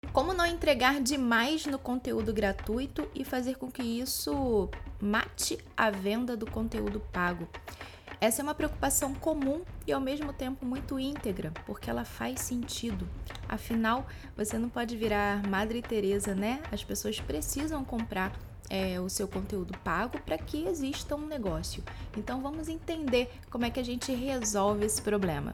Como não entregar demais no conteúdo gratuito e fazer com que isso mate a venda do conteúdo pago? Essa é uma preocupação comum e ao mesmo tempo muito íntegra, porque ela faz sentido. Afinal, você não pode virar Madre Teresa, né? As pessoas precisam comprar o seu conteúdo pago para que exista um negócio. Então vamos entender como é que a gente resolve esse problema.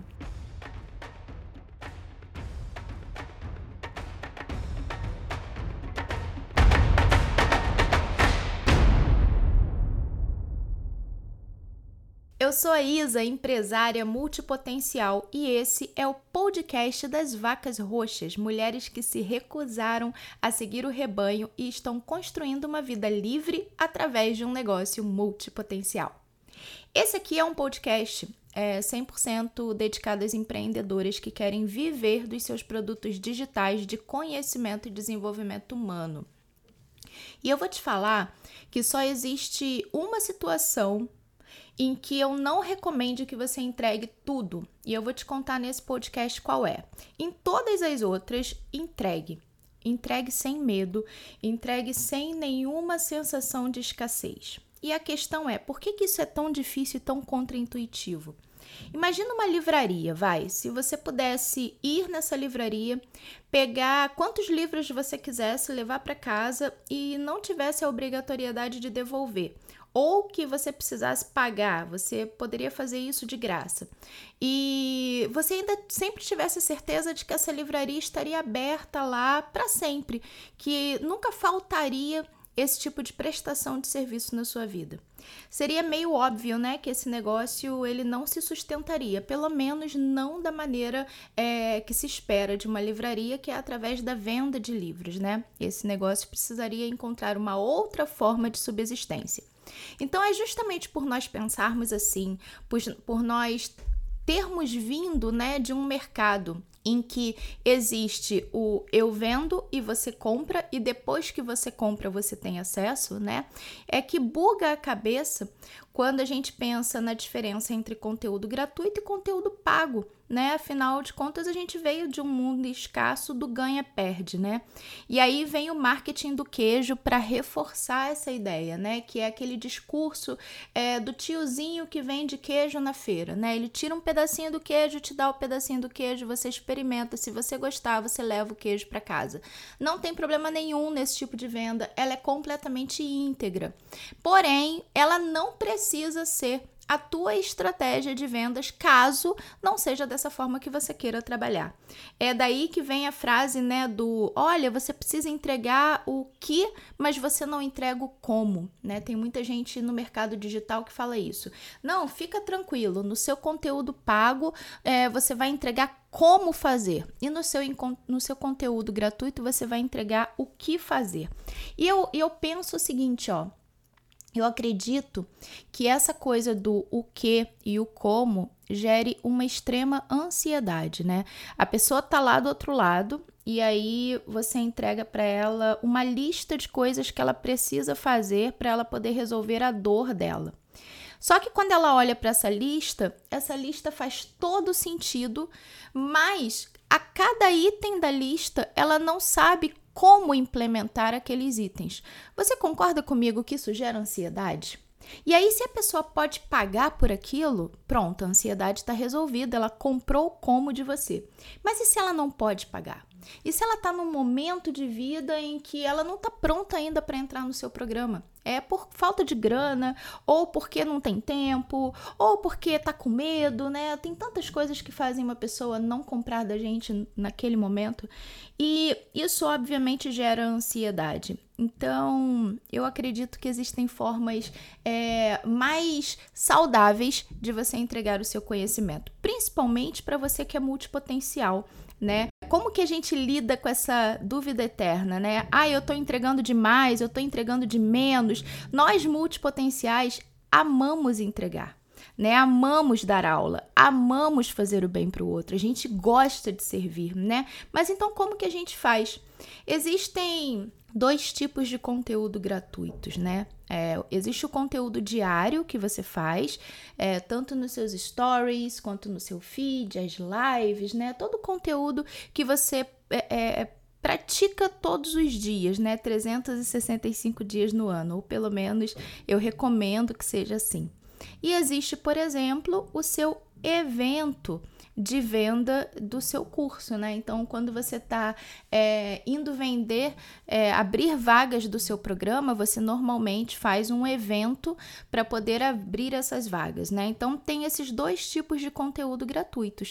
Eu sou a Isa, empresária multipotencial, e esse é o podcast das Vacas Roxas, mulheres que se recusaram a seguir o rebanho e estão construindo uma vida livre através de um negócio multipotencial. Esse aqui é um podcast 100% dedicado às empreendedoras que querem viver dos seus produtos digitais de conhecimento e desenvolvimento humano. E eu vou te falar que só existe uma situação em que eu não recomendo que você entregue tudo. E eu vou te contar nesse podcast qual é. Em todas as outras, entregue. Entregue sem medo, entregue sem nenhuma sensação de escassez. E a questão é, por que isso é tão difícil e tão contraintuitivo? Imagina uma livraria, se você pudesse ir nessa livraria, pegar quantos livros você quisesse, levar para casa e não tivesse a obrigatoriedade de devolver, ou que você precisasse pagar, você poderia fazer isso de graça. E você ainda sempre tivesse certeza de que essa livraria estaria aberta lá para sempre, que nunca faltaria esse tipo de prestação de serviço na sua vida. Seria meio óbvio, né, que esse negócio ele não se sustentaria, pelo menos não da maneira que se espera de uma livraria, que é através da venda de livros, né? Esse negócio precisaria encontrar uma outra forma de subsistência. Então é justamente por nós pensarmos assim, por nós termos vindo, né, de um mercado em que existe o eu vendo e você compra, e depois que você compra você tem acesso, né? É que buga a cabeça quando a gente pensa na diferença entre conteúdo gratuito e conteúdo pago, né? Afinal de contas, a gente veio de um mundo escasso do ganha-perde, né? E aí vem o marketing do queijo para reforçar essa ideia, né? Que é aquele discurso do tiozinho que vende queijo na feira, né? Ele tira um pedacinho do queijo, te dá o pedacinho do queijo, você experimenta, se você gostar, você leva o queijo para casa. Não tem problema nenhum nesse tipo de venda, ela é completamente íntegra. Porém, ela não precisa ser a tua estratégia de vendas, caso não seja dessa forma que você queira trabalhar. É daí que vem a frase, né, olha, você precisa entregar o que, mas você não entrega o como, né? Tem muita gente no mercado digital que fala isso. Não, fica tranquilo, no seu conteúdo pago, você vai entregar como fazer, e no seu conteúdo gratuito você vai entregar o que fazer. E eu penso o seguinte, eu acredito que essa coisa do o que e o como gere uma extrema ansiedade, né? A pessoa tá lá do outro lado e aí você entrega para ela uma lista de coisas que ela precisa fazer para ela poder resolver a dor dela. Só que quando ela olha para essa lista faz todo sentido, mas a cada item da lista ela não sabe como implementar aqueles itens. Você concorda comigo que isso gera ansiedade? E aí, se a pessoa pode pagar por aquilo, pronto, a ansiedade está resolvida, ela comprou o como de você. Mas e se ela não pode pagar? E se ela está num momento de vida em que ela não está pronta ainda para entrar no seu programa? É por falta de grana, ou porque não tem tempo, ou porque está com medo, né? Tem tantas coisas que fazem uma pessoa não comprar da gente naquele momento. E isso, obviamente, gera ansiedade. Então, eu acredito que existem formas mais saudáveis de você entregar o seu conhecimento, principalmente para você que é multipotencial, né? Como que a gente lida com essa dúvida eterna, né? Eu tô entregando demais, eu tô entregando de menos. Nós multipotenciais amamos entregar, né? Amamos dar aula, amamos fazer o bem para o outro, a gente gosta de servir, né? Mas então como que a gente faz? Existem 2 tipos de conteúdo gratuitos, né? Existe o conteúdo diário que você faz, tanto nos seus stories, quanto no seu feed, as lives, né? Todo o conteúdo que você pratica todos os dias, né? 365 dias no ano, ou pelo menos eu recomendo que seja assim. E existe, por exemplo, o seu evento de venda do seu curso, né? Então, quando você está indo vender, abrir vagas do seu programa, você normalmente faz um evento para poder abrir essas vagas, né? Então, tem esses dois tipos de conteúdo gratuitos,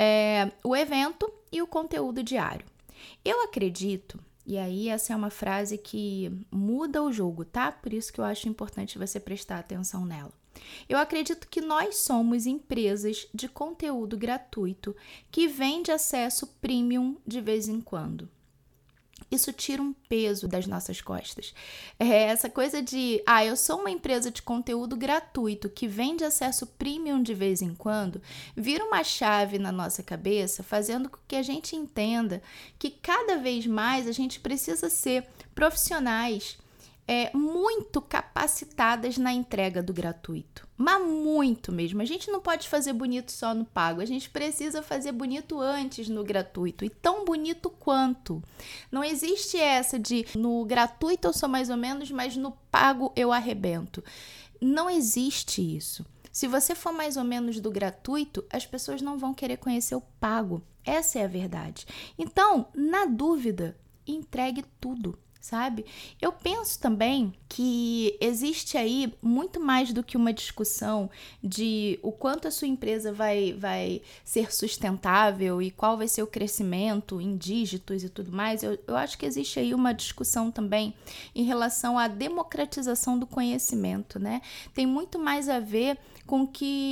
o evento e o conteúdo diário. Eu acredito, e aí essa é uma frase que muda o jogo, tá? Por isso que eu acho importante você prestar atenção nela. Eu acredito que nós somos empresas de conteúdo gratuito que vende acesso premium de vez em quando. Isso tira um peso das nossas costas. Essa coisa de, eu sou uma empresa de conteúdo gratuito que vende acesso premium de vez em quando, vira uma chave na nossa cabeça, fazendo com que a gente entenda que cada vez mais a gente precisa ser profissionais muito capacitadas na entrega do gratuito, mas muito mesmo. A gente não pode fazer bonito só no pago, a gente precisa fazer bonito antes no gratuito, e tão bonito quanto. Não existe essa de no gratuito eu sou mais ou menos, mas no pago eu arrebento. Não existe isso. Se você for mais ou menos do gratuito, as pessoas não vão querer conhecer o pago. Essa é a verdade. Então, na dúvida, entregue tudo. Sabe? Eu penso também que existe aí muito mais do que uma discussão de o quanto a sua empresa vai ser sustentável e qual vai ser o crescimento em dígitos e tudo mais. Eu acho que existe aí uma discussão também em relação à democratização do conhecimento, né? Tem muito mais a ver com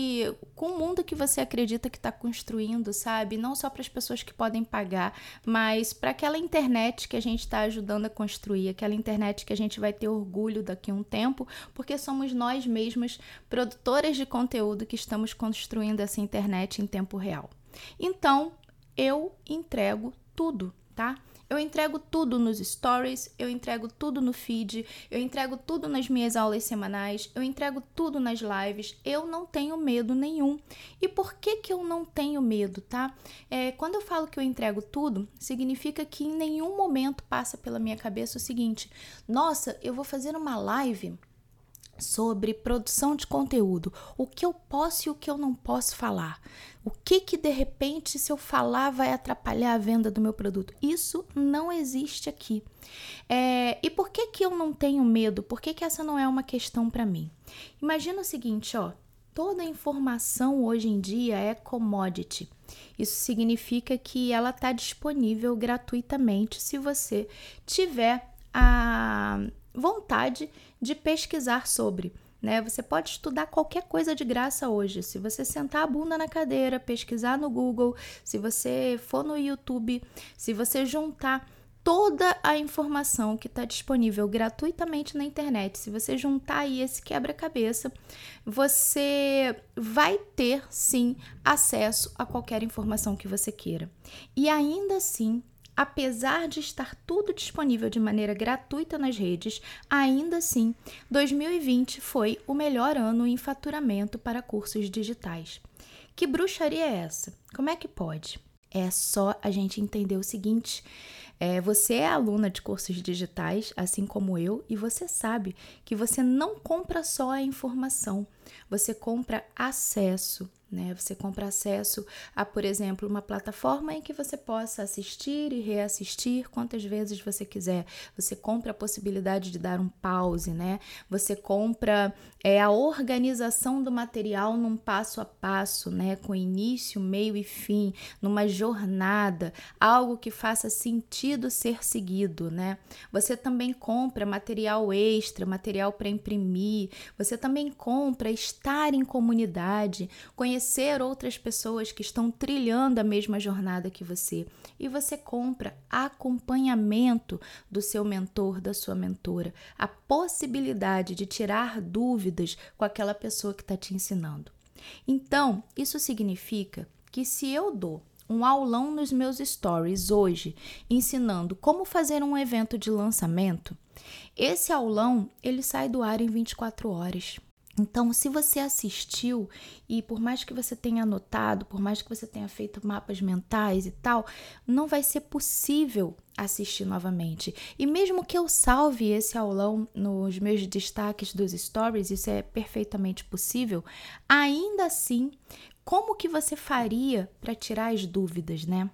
o mundo que você acredita que está construindo, sabe? Não só para as pessoas que podem pagar, mas para aquela internet que a gente está ajudando a construir, aquela internet que a gente vai ter orgulho daqui a um tempo, porque somos nós mesmos, produtoras de conteúdo, que estamos construindo essa internet em tempo real. Então, eu entrego tudo, tá? Eu entrego tudo nos stories, eu entrego tudo no feed, eu entrego tudo nas minhas aulas semanais, eu entrego tudo nas lives, eu não tenho medo nenhum. E por que eu não tenho medo, tá? Quando eu falo que eu entrego tudo, significa que em nenhum momento passa pela minha cabeça o seguinte: nossa, eu vou fazer uma live sobre produção de conteúdo, o que eu posso e o que eu não posso falar, o que de repente se eu falar vai atrapalhar a venda do meu produto. Isso não existe aqui. E por que eu não tenho medo? Por que essa não é uma questão para mim? Imagina o seguinte, toda informação hoje em dia é commodity. Isso significa que ela está disponível gratuitamente se você tiver a vontade de pesquisar sobre, né? Você pode estudar qualquer coisa de graça hoje. Se você sentar a bunda na cadeira, pesquisar no Google, se você for no YouTube, se você juntar toda a informação que está disponível gratuitamente na internet, se você juntar aí esse quebra-cabeça, você vai ter, sim, acesso a qualquer informação que você queira. E ainda assim, apesar de estar tudo disponível de maneira gratuita nas redes, ainda assim, 2020 foi o melhor ano em faturamento para cursos digitais. Que bruxaria é essa? Como é que pode? É só a gente entender o seguinte: você é aluna de cursos digitais, assim como eu, e você sabe que você não compra só a informação, você compra acesso. Né? Você compra acesso a, por exemplo, uma plataforma em que você possa assistir e reassistir quantas vezes você quiser. Você compra a possibilidade de dar um pause, né? Você compra a organização do material num passo a passo, né? Com início, meio e fim, numa jornada, algo que faça sentido ser seguido, né? Você também compra material extra, material para imprimir. Você também compra estar em comunidade, conhecer outras pessoas que estão trilhando a mesma jornada que você. E você compra acompanhamento do seu mentor, da sua mentora, a possibilidade de tirar dúvidas com aquela pessoa que está te ensinando. Então, isso significa que se eu dou um aulão nos meus stories hoje, ensinando como fazer um evento de lançamento, esse aulão, ele sai do ar em 24 horas. Então, se você assistiu e por mais que você tenha anotado, por mais que você tenha feito mapas mentais e tal, não vai ser possível assistir novamente. E mesmo que eu salve esse aulão nos meus destaques dos stories, isso é perfeitamente possível, ainda assim, como que você faria para tirar as dúvidas, né?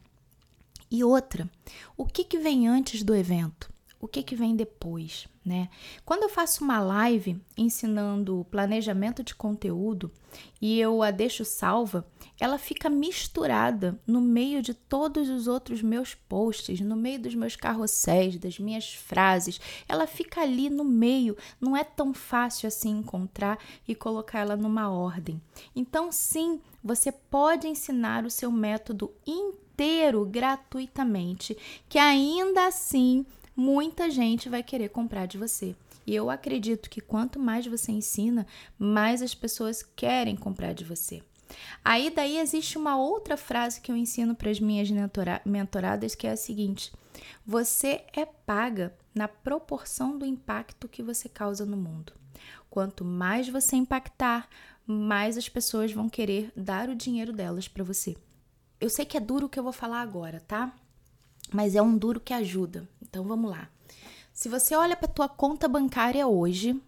E outra, o que vem antes do evento? O que vem depois, né? Quando eu faço uma live ensinando planejamento de conteúdo e eu a deixo salva, ela fica misturada no meio de todos os outros meus posts, no meio dos meus carrosséis, das minhas frases. Ela fica ali no meio, não é tão fácil assim encontrar e colocar ela numa ordem. Então, sim, você pode ensinar o seu método inteiro gratuitamente, que ainda assim muita gente vai querer comprar de você. E eu acredito que quanto mais você ensina, mais as pessoas querem comprar de você. Aí daí existe uma outra frase que eu ensino para as minhas mentoradas, que é a seguinte: você é paga na proporção do impacto que você causa no mundo. Quanto mais você impactar, mais as pessoas vão querer dar o dinheiro delas para você. Eu sei que é duro o que eu vou falar agora, tá? Mas é um duro que ajuda. Então vamos lá. Se você olha para a tua conta bancária hoje,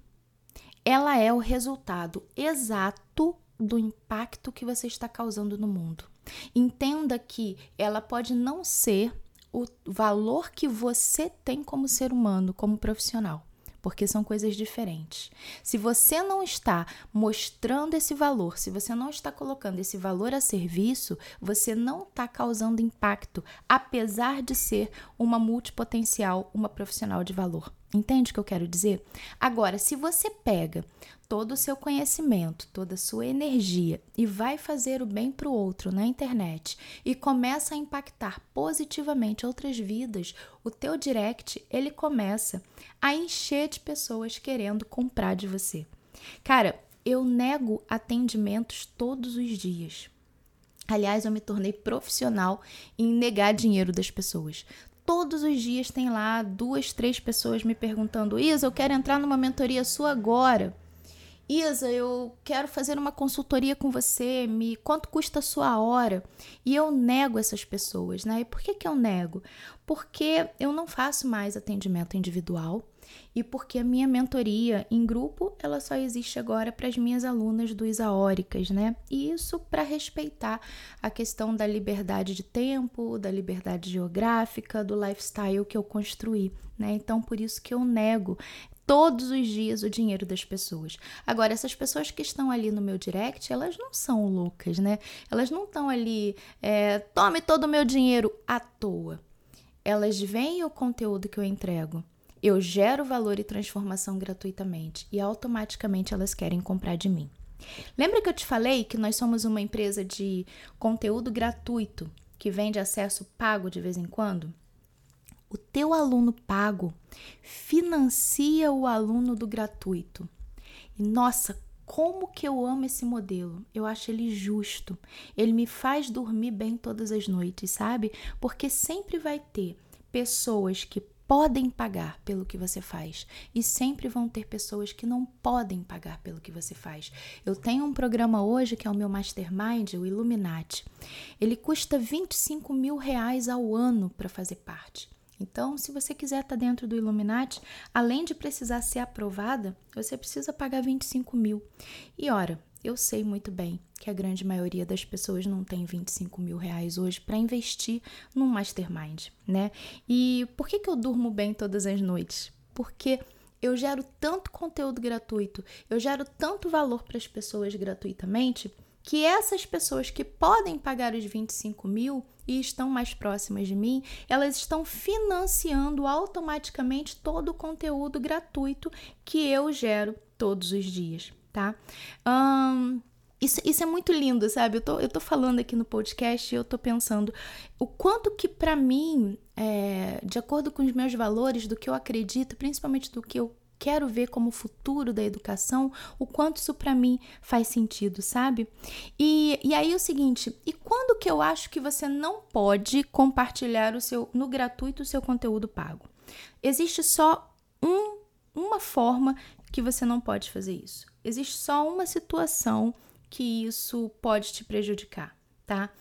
ela é o resultado exato do impacto que você está causando no mundo. Entenda que ela pode não ser o valor que você tem como ser humano, como profissional, porque são coisas diferentes. Se você não está mostrando esse valor, se você não está colocando esse valor a serviço, você não está causando impacto, apesar de ser uma multipotencial, uma profissional de valor. Entende o que eu quero dizer? Agora, se você pega todo o seu conhecimento, toda a sua energia e vai fazer o bem para o outro na internet e começa a impactar positivamente outras vidas, o teu direct, ele começa a encher de pessoas querendo comprar de você. Cara, eu nego atendimentos todos os dias. Aliás, eu me tornei profissional em negar dinheiro das pessoas. Todos os dias tem lá 2, 3 pessoas me perguntando: Isa, eu quero entrar numa mentoria sua agora. Isa, eu quero fazer uma consultoria com você, quanto custa a sua hora? E eu nego essas pessoas, né? E por que eu nego? Porque eu não faço mais atendimento individual e porque a minha mentoria em grupo, ela só existe agora para as minhas alunas do Isaóricas, né? E isso para respeitar a questão da liberdade de tempo, da liberdade geográfica, do lifestyle que eu construí, né? Então, por isso que eu nego todos os dias o dinheiro das pessoas. Agora, essas pessoas que estão ali no meu direct, elas não são loucas, né? Elas não estão ali, tome todo o meu dinheiro à toa. Elas veem o conteúdo que eu entrego. Eu gero valor e transformação gratuitamente e automaticamente elas querem comprar de mim. Lembra que eu te falei que nós somos uma empresa de conteúdo gratuito que vende acesso pago de vez em quando? O teu aluno pago financia o aluno do gratuito. E nossa, como que eu amo esse modelo. Eu acho ele justo. Ele me faz dormir bem todas as noites, sabe? Porque sempre vai ter pessoas que podem pagar pelo que você faz e sempre vão ter pessoas que não podem pagar pelo que você faz. Eu tenho um programa hoje que é o meu Mastermind, o Illuminati. Ele custa R$25 mil ao ano para fazer parte. Então, se você quiser estar dentro do Illuminati, além de precisar ser aprovada, você precisa pagar 25 mil. E ora, eu sei muito bem que a grande maioria das pessoas não tem 25 mil reais hoje para investir num mastermind, né? E por que eu durmo bem todas as noites? Porque eu gero tanto conteúdo gratuito, eu gero tanto valor para as pessoas gratuitamente, que essas pessoas que podem pagar os 25 mil e estão mais próximas de mim, elas estão financiando automaticamente todo o conteúdo gratuito que eu gero todos os dias, tá? Isso é muito lindo, sabe? Eu tô falando aqui no podcast e eu tô pensando o quanto que pra mim, de acordo com os meus valores, do que eu acredito, principalmente do que eu quero ver como futuro da educação, o quanto isso para mim faz sentido, sabe? E aí é o seguinte, e quando que eu acho que você não pode compartilhar no gratuito o seu conteúdo pago? Existe só uma forma que você não pode fazer isso. Existe só uma situação que isso pode te prejudicar, tá?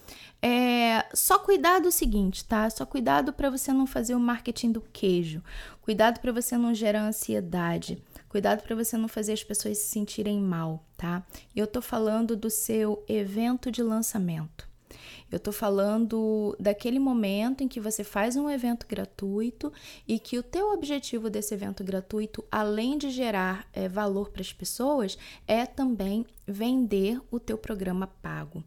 Só cuidado o seguinte, tá? Só cuidado para você não fazer o marketing do queijo. Cuidado para você não gerar ansiedade. Cuidado para você não fazer as pessoas se sentirem mal, tá? Eu tô falando do seu evento de lançamento. Eu tô falando daquele momento em que você faz um evento gratuito e que o teu objetivo desse evento gratuito, além de gerar valor para as pessoas, é também vender o teu programa pago.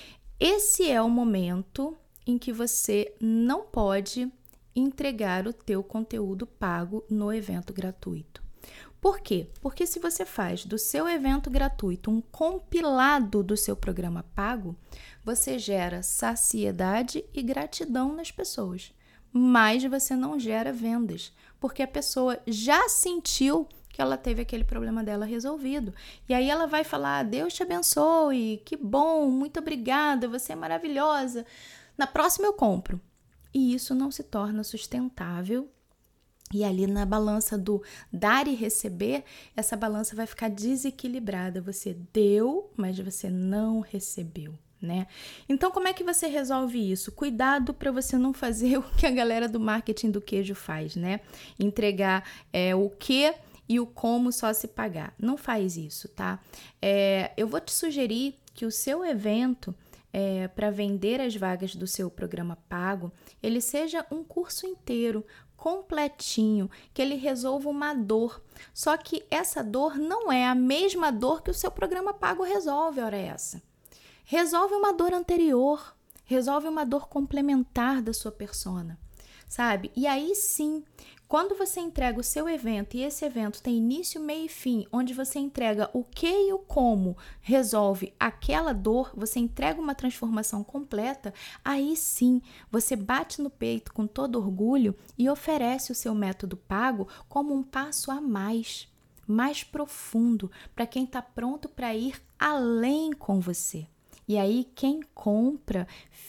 Esse é o momento em que você não pode entregar o teu conteúdo pago no evento gratuito. Por quê? Porque se você faz do seu evento gratuito um compilado do seu programa pago, você gera saciedade e gratidão nas pessoas, mas você não gera vendas, porque a pessoa já sentiu que ela teve aquele problema dela resolvido. E aí ela vai falar, Deus te abençoe, que bom, muito obrigada, você é maravilhosa. Na próxima eu compro. E isso não se torna sustentável. E ali na balança do dar e receber, essa balança vai ficar desequilibrada. Você deu, mas você não recebeu, né? Então, como é que você resolve isso? Cuidado para você não fazer o que a galera do marketing do queijo faz, né? Entregar o que e o como só se pagar. Não faz isso, tá? Eu vou te sugerir que o seu evento, para vender as vagas do seu programa pago, ele seja um curso inteiro, completinho, que ele resolva uma dor. Só que essa dor não é a mesma dor que o seu programa pago resolve, ora essa. Resolve uma dor anterior, resolve uma dor complementar da sua persona, sabe? E aí sim, quando você entrega o seu evento e esse evento tem início, meio e fim, onde você entrega o que e o como resolve aquela dor, você entrega uma transformação completa, aí sim você bate no peito com todo orgulho e oferece o seu método pago como um passo a mais profundo, para quem está pronto para ir além com você. E aí quem compra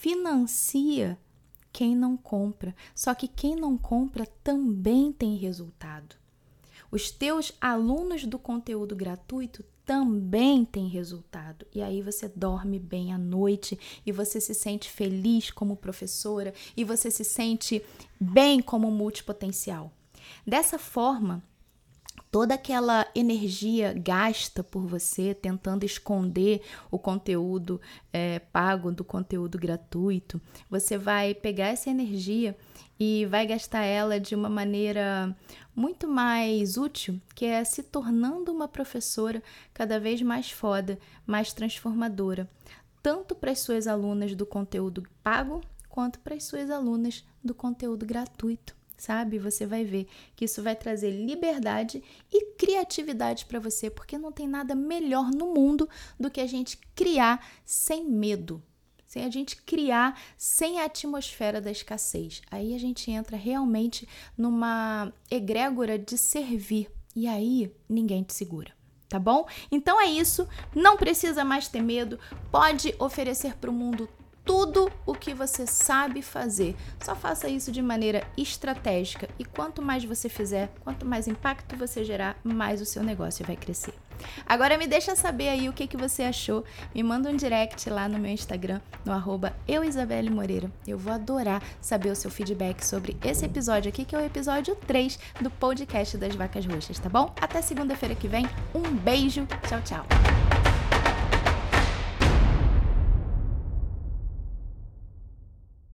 financia quem não compra. Só que quem não compra também tem resultado. Os teus alunos do conteúdo gratuito também têm resultado. E aí você dorme bem à noite e você se sente feliz como professora e você se sente bem como multipotencial. Dessa forma, toda aquela energia gasta por você tentando esconder o conteúdo pago do conteúdo gratuito, você vai pegar essa energia e vai gastar ela de uma maneira muito mais útil, que é se tornando uma professora cada vez mais foda, mais transformadora, tanto para as suas alunas do conteúdo pago, quanto para as suas alunas do conteúdo gratuito. Sabe? Você vai ver que isso vai trazer liberdade e criatividade para você, porque não tem nada melhor no mundo do que a gente criar sem medo, sem a gente criar sem a atmosfera da escassez. Aí a gente entra realmente numa egrégora de servir e aí ninguém te segura. Tá bom? Então é isso, não precisa mais ter medo, pode oferecer para o mundo tudo o que você sabe fazer. Só faça isso de maneira estratégica e quanto mais você fizer, quanto mais impacto você gerar, mais o seu negócio vai crescer. Agora me deixa saber aí o que você achou. Me manda um direct lá no meu Instagram, no @euisabellemoreira. Eu vou adorar saber o seu feedback sobre esse episódio aqui, que é o episódio 3 do podcast das Vacas Roxas, tá bom? Até segunda-feira que vem. Um beijo. Tchau, tchau.